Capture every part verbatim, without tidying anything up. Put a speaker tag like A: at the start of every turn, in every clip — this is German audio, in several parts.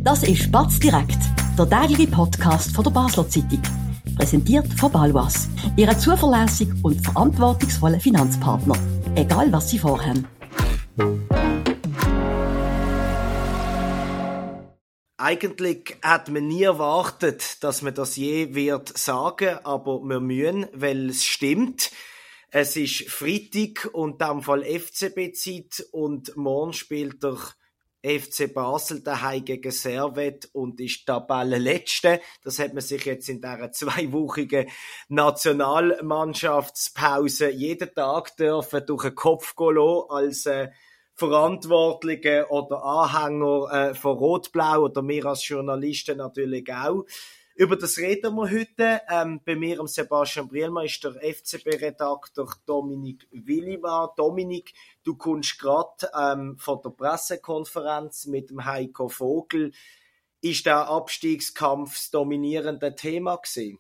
A: Das ist Batz direkt, der tägliche Podcast von der Basler Zeitung. Präsentiert von Baloise, Ihrem zuverlässigen und verantwortungsvollen Finanzpartner. Egal, was Sie vorhaben.
B: Eigentlich hat man nie erwartet, dass man das je wird sagen, aber wir müssen, weil es stimmt. Es ist Freitag und in diesem Fall F C B-Zeit und morgen spielt der F C Basel daheim gegen Servette und ist Tabellenletzte. Das hat man sich jetzt in dieser zweiwöchigen Nationalmannschaftspause jeden Tag dürfen durch den Kopf gehen lassen, als äh, Verantwortliche oder Anhänger äh, von Rot-Blau oder wir als Journalisten natürlich auch. Über das reden wir heute. Ähm, bei mir, am Sebastian Brielmann, ist der F C B-Redakteur Dominik Willimann. Dominik, du kommst gerade ähm, von der Pressekonferenz mit dem Heiko Vogel. Ist der Abstiegskampf das dominierende Thema gewesen?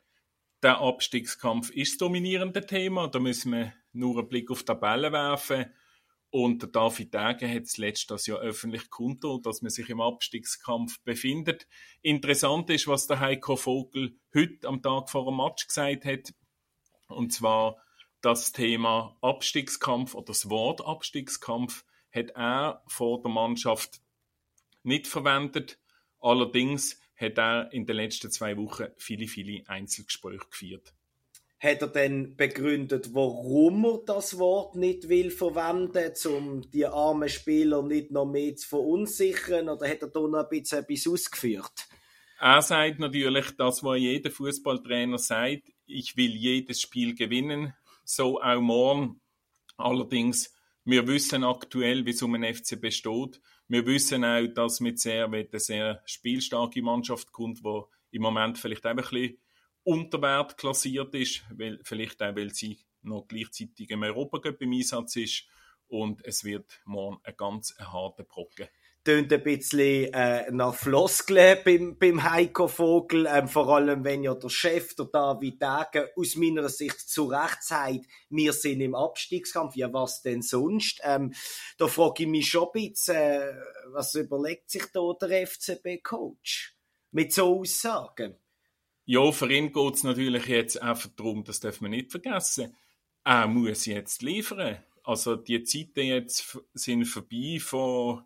C: Der Abstiegskampf ist das dominierende Thema. Da müssen wir nur einen Blick auf die Tabelle werfen. Und der David Degen hat zuletzt das ja öffentlich kundtun, dass man sich im Abstiegskampf befindet. Interessant ist, was der Heiko Vogel heute am Tag vor dem Match gesagt hat. Und zwar das Thema Abstiegskampf oder das Wort Abstiegskampf hat er vor der Mannschaft nicht verwendet. Allerdings hat er in den letzten zwei Wochen viele, viele Einzelgespräche geführt.
B: Hat er dann begründet, warum er das Wort nicht will verwenden, um die armen Spieler nicht noch mehr zu verunsichern, oder hat er da noch ein bisschen etwas ausgeführt?
C: Er sagt natürlich das, was jeder Fußballtrainer sagt: Ich will jedes Spiel gewinnen, so auch morgen. Allerdings, wir wissen aktuell, wie es um den F C B steht. Wir wissen auch, dass mit Servette eine sehr spielstarke Mannschaft kommt, die im Moment vielleicht auch ein bisschen unter Wert klassiert ist, weil, vielleicht auch, weil sie noch gleichzeitig im Europacup im Einsatz ist, und es wird morgen ein ganz harter Brocken.
B: Tönt ein bisschen äh, nach Floskeln beim, beim Heiko Vogel, ähm, vor allem wenn ja der Chef, der David Degen, aus meiner Sicht zu Recht sagt, wir sind im Abstiegskampf. Ja, was denn sonst? Ähm, da frage ich mich schon ein bisschen, äh, was überlegt sich da der F C B-Coach mit so Aussagen?
C: Ja, für ihn geht es natürlich jetzt einfach darum, das darf man nicht vergessen. Er muss jetzt liefern. Also die Zeiten jetzt sind vorbei von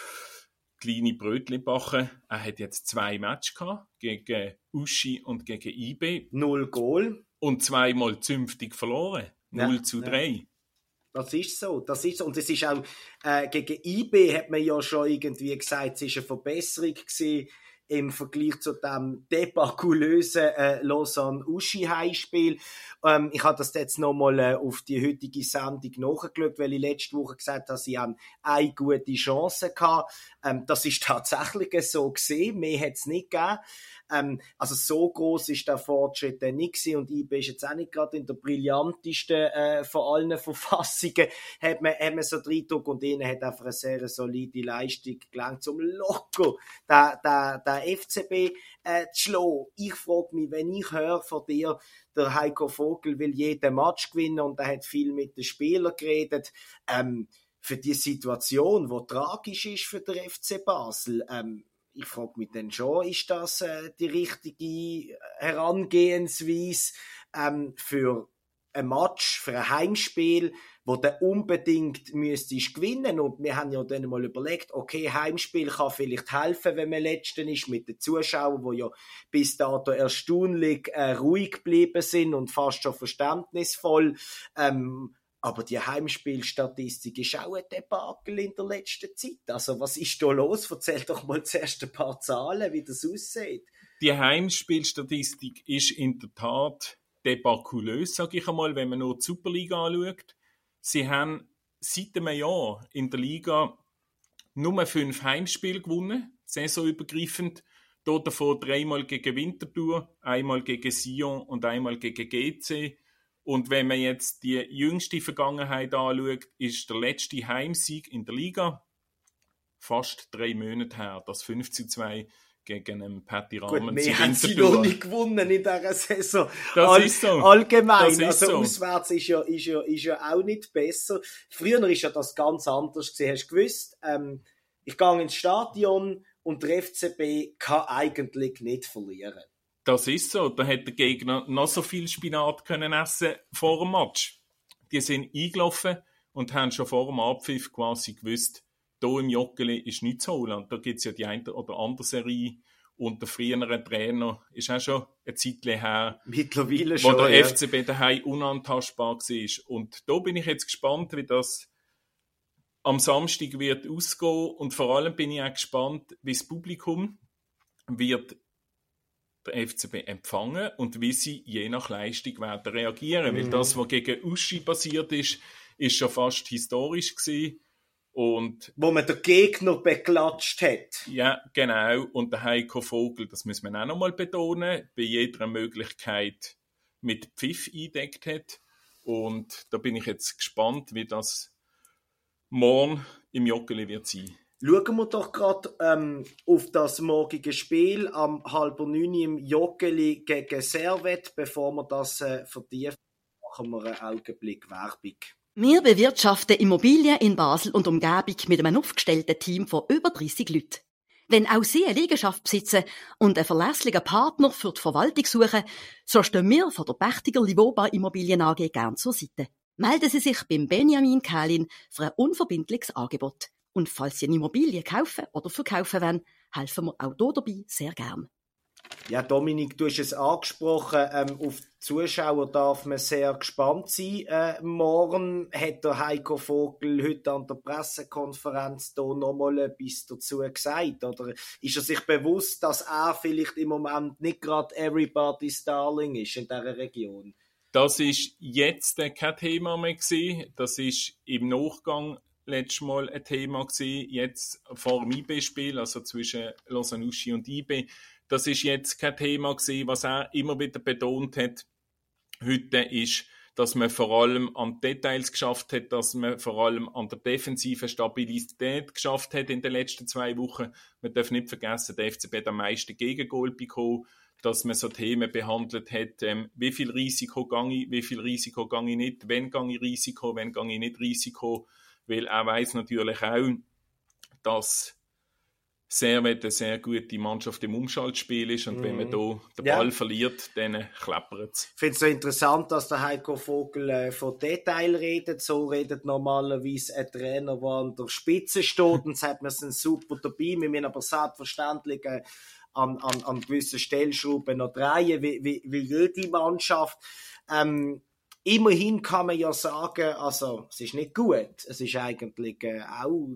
C: kleine Brötchen backen. Er hat jetzt zwei Matches gehabt, gegen Uschi und gegen I B.
B: Null Goal.
C: Und zweimal zünftig verloren. Null ja, zu drei. Ja.
B: Das ist so, das ist so. Und es ist auch, äh, gegen I B hat man ja schon irgendwie gesagt, es war eine Verbesserung gewesen im Vergleich zu dem debakulösen äh, Lausanne-Uschi-Heimspiel. Ähm, ich habe das jetzt nochmal äh, auf die heutige Sendung nachgeschaut, weil ich letzte Woche gesagt habe, sie haben eine gute Chance gehabt. Ähm, das ist tatsächlich so gewesen. Mehr hat es nicht gegeben. Ähm, also so gross ist der Fortschritt dann nicht gewesen. Und I B ist jetzt auch nicht gerade in der brillantesten äh, von allen Verfassungen, hat man, hat man so den Eindruck, und ihnen hat einfach eine sehr solide Leistung gelangt, zum locker der, der, der F C B äh, zu schlagen. Ich frage mich, wenn ich höre von dir, der Heiko Vogel will jeden Match gewinnen und er hat viel mit den Spielern geredet, ähm, für die Situation, die tragisch ist für den F C Basel, ähm, ich frage mich dann schon, ist das äh, die richtige Herangehensweise ähm, für ein Match, für ein Heimspiel, wo du unbedingt müsstest gewinnen? Und wir haben ja dann mal überlegt, okay, Heimspiel kann vielleicht helfen, wenn man Letzten ist, mit den Zuschauern, die ja bis dato erstaunlich äh, ruhig geblieben sind und fast schon verständnisvoll. Ähm, Aber die Heimspielstatistik ist auch ein Debakel in der letzten Zeit. Also was ist da los? Erzähl doch mal zuerst ein paar Zahlen, wie das aussieht.
C: Die Heimspielstatistik ist in der Tat debakulös, sage ich einmal, wenn man nur die Superliga anschaut. Sie haben seit einem Jahr in der Liga nur fünf Heimspiele gewonnen, saisonübergreifend. Dort davon dreimal gegen Winterthur, einmal gegen Sion und einmal gegen G C. Und wenn man jetzt die jüngste Vergangenheit anschaut, ist der letzte Heimsieg in der Liga fast drei Monate her. Das fünf zu zwei gegen einen Patty Rahman.
B: Gut, wir haben sie noch nicht gewonnen in dieser Saison.
C: Das
B: All,
C: ist so.
B: Allgemein.
C: Das ist
B: also
C: so.
B: Auswärts ist ja, ist, ja, ist ja auch nicht besser. Früher ist ja das ganz anders gewesen. Hast du gewusst, ähm, ich gehe ins Stadion und der F C B kann eigentlich nicht verlieren.
C: Das ist so. Da hätte der Gegner noch so viel Spinat können essen vor dem Match. Die sind eingelaufen und haben schon vor dem Abpfiff quasi gewusst, hier im Joggeli ist nichts zu holen. Und da gibt es ja die eine oder andere Serie. Und der frühere Trainer ist auch schon ein Zeitchen her,
B: Mittlerweile
C: wo
B: schon,
C: der
B: ja.
C: F C B daheim unantastbar war. Und da bin ich jetzt gespannt, wie das am Samstag wird ausgehen. Und vor allem bin ich auch gespannt, wie das Publikum wird der F C B empfangen und wie sie je nach Leistung werden reagieren. Mhm. Weil das, was gegen Uschi passiert ist, ist schon fast historisch gewesen. Und
B: wo man den Gegner beklatscht hat.
C: Ja, genau. Und der Heiko Vogel, das muss man auch noch mal betonen, bei jeder Möglichkeit mit Pfiff eingedeckt hat. Und da bin ich jetzt gespannt, wie das morgen im Joggeli wird sein.
B: Schauen wir doch gerade ähm, auf das morgige Spiel am halb neun im Joggeli gegen Servette. Bevor wir das äh, vertiefen, machen wir einen Augenblick Werbung.
A: Wir bewirtschaften Immobilien in Basel und Umgebung mit einem aufgestellten Team von über dreissig Leuten. Wenn auch Sie eine Liegenschaft besitzen und einen verlässlichen Partner für die Verwaltung suchen, so stehen wir von der Pächtiger Livoba Immobilien A G gern zur Seite. Melden Sie sich beim Benjamin Kählin für ein unverbindliches Angebot. Und falls Sie eine Immobilie kaufen oder verkaufen wollen, helfen wir auch hier dabei sehr gern.
B: Ja, Dominik, du hast es angesprochen, ähm, auf die Zuschauer darf man sehr gespannt sein. Äh, morgen hat der Heiko Vogel heute an der Pressekonferenz da nochmal etwas dazu gesagt. Oder ist er sich bewusst, dass er vielleicht im Moment nicht gerade everybody's darling ist in dieser Region?
C: Das ist jetzt kein Thema mehr gewesen. Das ist im Nachgang letztes Mal ein Thema gewesen. Jetzt vor dem I B-Spiel, also zwischen Lausanne Uschi und I B. Das ist jetzt kein Thema gewesen. Was er immer wieder betont hat heute ist, dass man vor allem an Details geschafft hat, dass man vor allem an der defensiven Stabilität geschafft hat in den letzten zwei Wochen. Man darf nicht vergessen, der F C B hat am meisten Gegengol bekommen, dass man so Themen behandelt hat, ähm, wie viel Risiko gehe ich, wie viel Risiko gehe ich nicht, wenn gehe ich Risiko, wenn gehe ich nicht Risiko, weil er weiss natürlich auch, dass Servette eine sehr gute Mannschaft im Umschaltspiel ist und mm. wenn man hier den Ball ja. verliert, dann klappert es.
B: Ich finde es so interessant, dass der Heiko Vogel äh, von Detail redet. So redet normalerweise ein Trainer, der an der Spitze steht und sagt, wir sind super dabei. Wir müssen aber selbstverständlich äh, an, an, an gewissen Stellschrauben noch drehen, wie, wie, wie jede Mannschaft. Ähm, immerhin kann man ja sagen, also es ist nicht gut. Es ist eigentlich äh, auch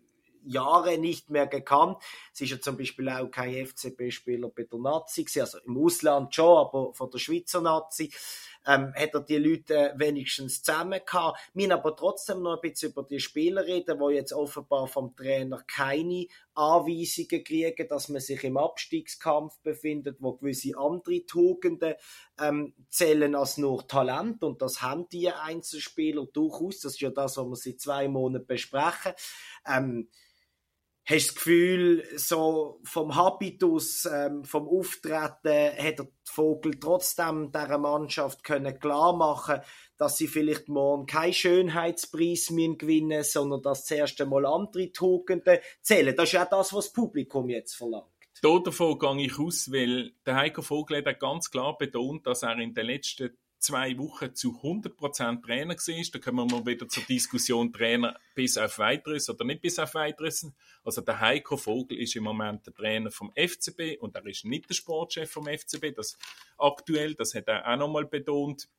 B: Jahre nicht mehr gekannt. Es ist ja zum Beispiel auch kein F C B-Spieler bei der Nazi gewesen, also im Ausland schon, aber von der Schweizer Nazi ähm, hat er die Leute wenigstens zusammen gehabt. Wir müssen aber trotzdem noch ein bisschen über die Spieler reden, die jetzt offenbar vom Trainer keine Anweisungen kriegen, dass man sich im Abstiegskampf befindet, wo gewisse andere Tugenden ähm, zählen als nur Talent, und das haben die Einzelspieler durchaus. Das ist ja das, was wir seit zwei Monaten besprechen. Ähm, Hast du das Gefühl, so vom Habitus, ähm, vom Auftreten, hat der Vogel trotzdem dieser Mannschaft können klar machen, dass sie vielleicht morgen keinen Schönheitspreis gewinnen müssen, sondern dass zuerst einmal andere Tugenden zählen? Das ist ja das, was das Publikum jetzt verlangt.
C: Da davon gehe ich aus, weil der Heiko Vogel hat ganz klar betont, dass er in den letzten zwei Wochen zu hundert Prozent Trainer war. Da kommen wir mal wieder zur Diskussion Trainer bis auf Weiteres oder nicht bis auf Weiteres. Also der Heiko Vogel ist im Moment der Trainer vom F C B und er ist nicht der Sportchef vom F C B. Das aktuell, das hat er auch nochmal betont.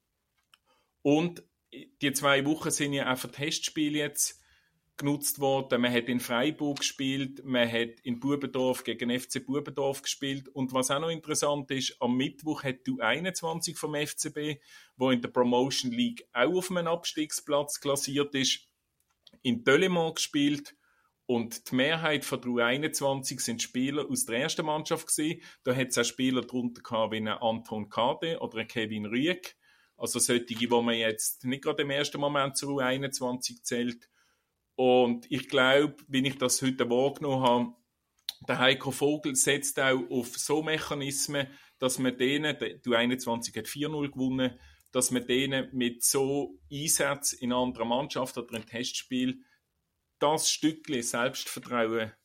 C: Und die zwei Wochen sind ja auch für Testspiele jetzt genutzt worden. Man hat in Freiburg gespielt, man hat in Bubendorf gegen F C Bubendorf gespielt. Und was auch noch interessant ist, am Mittwoch hat die U einundzwanzig vom F C B, wo in der Promotion League auch auf einem Abstiegsplatz klassiert ist, in Delémont gespielt. Und die Mehrheit von der U einundzwanzig sind Spieler aus der ersten Mannschaft gewesen. Da hat es auch Spieler darunter gehabt wie ein Anton Kade oder ein Kevin Rüegg. Also solche, die man jetzt nicht gerade im ersten Moment zur U einundzwanzig zählt. Und ich glaube, wenn ich das heute wahrgenommen habe, der Heiko Vogel setzt auch auf so Mechanismen, dass man denen, die U einundzwanzig hat vier null gewonnen, dass man denen mit so Einsätzen in einer anderen Mannschaft oder im Testspiel das Stückchen Selbstvertrauen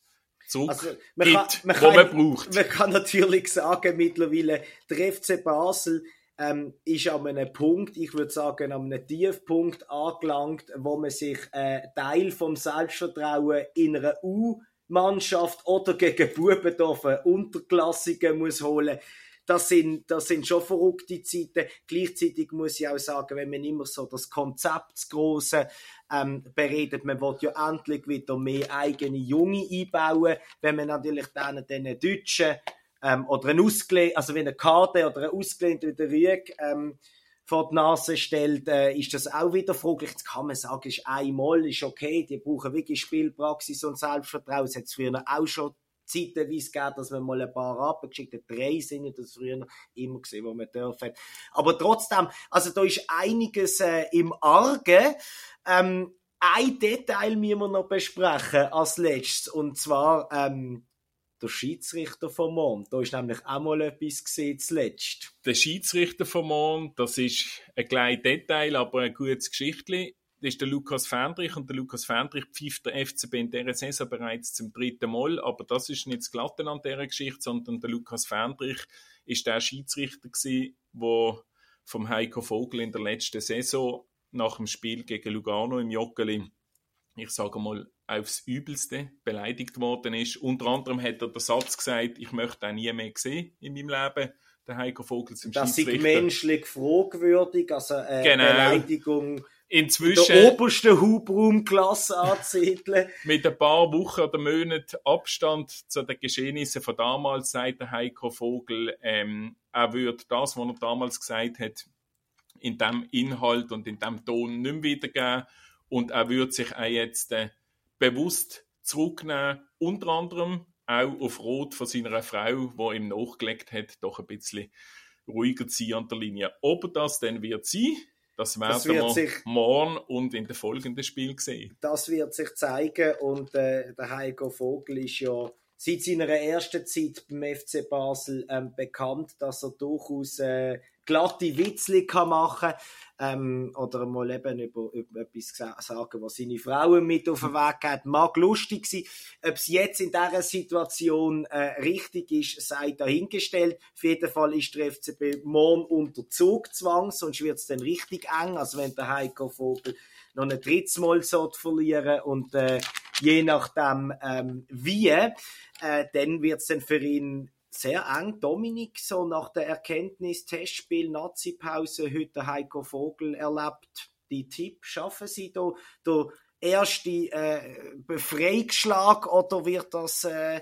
C: zurück
B: also, man
C: gibt,
B: kann, man
C: wo
B: kann,
C: man braucht.
B: Man kann natürlich sagen, mittlerweile, der F C Basel ähm, ist an einem Punkt, ich würde sagen, an einem Tiefpunkt angelangt, wo man sich äh, Teil vom Selbstvertrauen in einer U-Mannschaft oder gegen Bubendorf Unterklassigen muss holen. Das sind, das sind schon verrückte Zeiten. Gleichzeitig muss ich auch sagen, wenn man immer so das Konzept, das Grosse, ähm, beredet, man will ja endlich wieder mehr eigene Junge einbauen. Wenn man natürlich dann den Deutschen, ähm, oder einen Ausgelehnten, also wenn ein Kader oder ein Ausgelehnter wie der Rüeg, ähm, vor die Nase stellt, äh, ist das auch wieder fraglich. Jetzt kann man sagen, ist einmal, ist okay, die brauchen wirklich Spielpraxis und Selbstvertrauen. Es hat es früher auch schon zeitweise gegeben, dass man mal ein paar abgeschickt hat. Drei sind ja das früher immer gesehen, wo man dürfen. Aber trotzdem, also da ist einiges äh, im Argen. Ähm, ein Detail müssen wir noch besprechen als letztes, und zwar ähm, der Schiedsrichter vom Mond. Da ist nämlich auch mal etwas gesehen zuletzt.
C: Der Schiedsrichter vom Mond, das ist ein kleines Detail, aber ein gutes Geschichtchen. Das ist der Lukas Fendrich, und der Lukas Fendrich pfeift der F C B in dieser Saison bereits zum dritten Mal, aber das ist nicht das Glatte an dieser Geschichte, sondern der Lukas Fendrich ist der Schiedsrichter gewesen, der vom Heiko Vogel in der letzten Saison nach dem Spiel gegen Lugano im Joggeli, ich sage mal, aufs Übelste beleidigt worden ist. Unter anderem hat er den Satz gesagt, ich möchte ihn nie mehr sehen in meinem Leben, der Heiko Vogel zum
B: das
C: Schiedsrichter.
B: Das ist menschlich fragwürdig, also eine
C: genau.
B: Beleidigung
C: inzwischen
B: der obersten Hubraumklasse anzusiedeln.
C: Mit ein paar Wochen oder Monaten Abstand zu den Geschehnissen von damals sagt der Heiko Vogel, ähm, er würde das, was er damals gesagt hat, in dem Inhalt und in dem Ton nicht mehr wiedergeben, und er würde sich auch jetzt äh, bewusst zurücknehmen, unter anderem auch auf Rot von seiner Frau, die ihm nachgelegt hat, doch ein bisschen ruhiger zu sein an der Linie. Ob das denn wird sein, das werden
B: das wird
C: wir
B: sich,
C: morgen und in den folgenden Spielen sehen.
B: Das wird sich zeigen, und äh, der Heiko Vogel ist ja seit seiner ersten Zeit beim F C Basel ähm, bekannt, dass er durchaus äh, glatte Witzli kann machen ähm, oder mal eben über, über etwas sagen, was seine Frauen mit auf den Weg geht. Mag lustig sein. Ob es jetzt in dieser Situation äh, richtig ist, sei dahingestellt. Auf jeden Fall ist der F C B morgen unter Zugzwang, sonst wird es dann richtig eng. Also wenn der Heiko Vogel noch ein drittes Mal verlieren und äh, je nachdem ähm, wie, äh, dann wird es dann für ihn sehr eng. Dominik, so nach der Erkenntnis, Testspiel, Nazi-Pause, heute Heiko Vogel erlebt, die Tipp, schaffen Sie da der erste äh, Befreiungsschlag, oder wird das äh,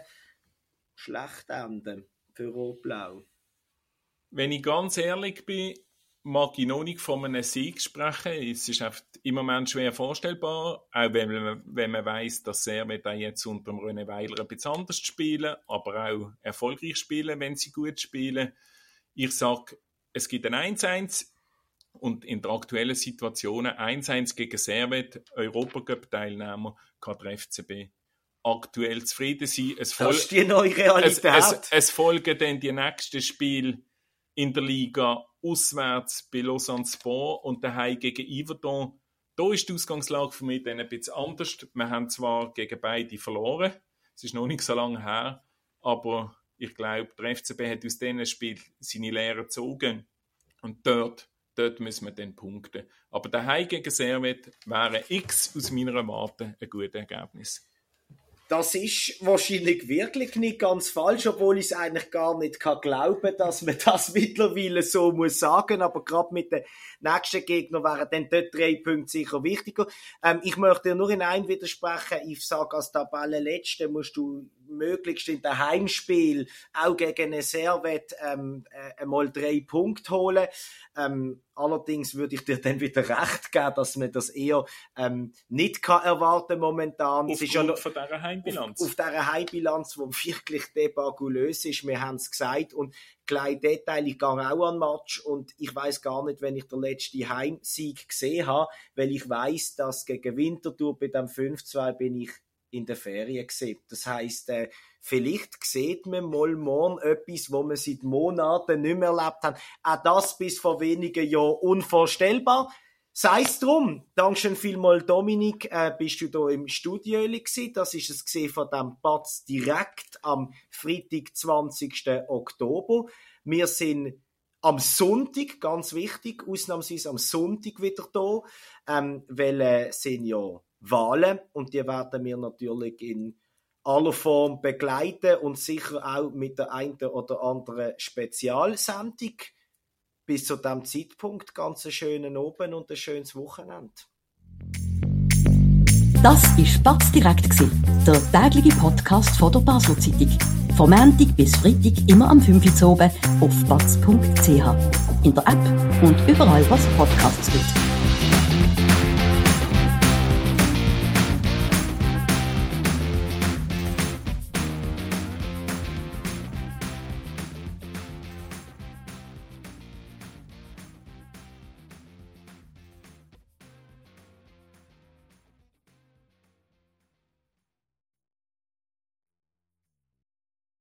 B: schlecht enden für Rot-Blau?
C: Wenn ich ganz ehrlich bin, mag ich noch nicht von einem Sieg sprechen. Es ist einfach im Moment schwer vorstellbar, auch wenn man, wenn man weiss, dass Servet jetzt unter dem René Weiler ein bisschen anders spielen, aber auch erfolgreich spielen, wenn sie gut spielen. Ich sage, es gibt ein eins eins, und in der aktuellen Situation eins eins gegen Servet, Europacup-Teilnehmer, kann der F C B aktuell zufrieden sein. Es
B: das ist die neue Realität.
C: Es, es, es folgen dann die nächsten Spiele in der Liga auswärts bei Lausanne Sport und daheim gegen Yverdon. Da ist die Ausgangslage für mich dann ein bisschen anders. Wir haben zwar gegen beide verloren, es ist noch nicht so lange her, aber ich glaube, der F C B hat aus diesem Spiel seine Lehre gezogen, und dort, dort müssen wir dann punkten. Aber daheim gegen Servet wäre X aus meiner Warte ein gutes Ergebnis.
B: Das ist wahrscheinlich wirklich nicht ganz falsch, obwohl ich es eigentlich gar nicht kann glauben, dass man das mittlerweile so muss sagen. Aber gerade mit den nächsten Gegnern wären dann dort drei Punkte sicher wichtiger. Ähm, ich möchte dir nur in einem widersprechen. Ich sage, als Tabellenletzte musst du möglichst in den Heimspiel auch gegen eine Servet ähm, äh, einmal drei Punkte holen. Ähm, allerdings würde ich dir dann wieder recht geben, dass man das eher ähm, nicht kann erwarten momentan.
C: Aufgrund
B: ist ja noch,
C: von dieser Heimbilanz.
B: Auf, auf dieser Heimbilanz, die wirklich debagulös ist. Wir haben es gesagt. Und kleine Detail, ich gehe auch an den Match und ich weiss gar nicht, wenn ich den letzten Heimsieg gesehen habe, weil ich weiss, dass gegen Winterthur bei dem fünf zwei bin ich in der Ferien gesehen. Das heisst, äh, vielleicht sieht man mal morgen etwas, was wir seit Monaten nicht mehr erlebt haben. Auch das bis vor wenigen Jahren unvorstellbar. sei es drum. Dankeschön vielmals, Dominik, äh, bist du da im Studio gewesen. Das ist es gesehen von dem Batz direkt am Freitag, zwanzigsten Oktober. Wir sind am Sonntag, ganz wichtig, ausnahmsweise am Sonntag wieder da, ähm, weil äh, sind ja Wahlen und die werden wir natürlich in aller Form begleiten und sicher auch mit der einen oder anderen Spezialsendung. Bis zu diesem Zeitpunkt ganz einen schönen Abend und ein schönes Wochenende.
A: Das war Batz direkt, der tägliche Podcast von der Basler Zeitung. Von Montag bis Freitag immer am fünf Uhr oben auf batz punkt c h. In der App und überall, was Podcasts gibt.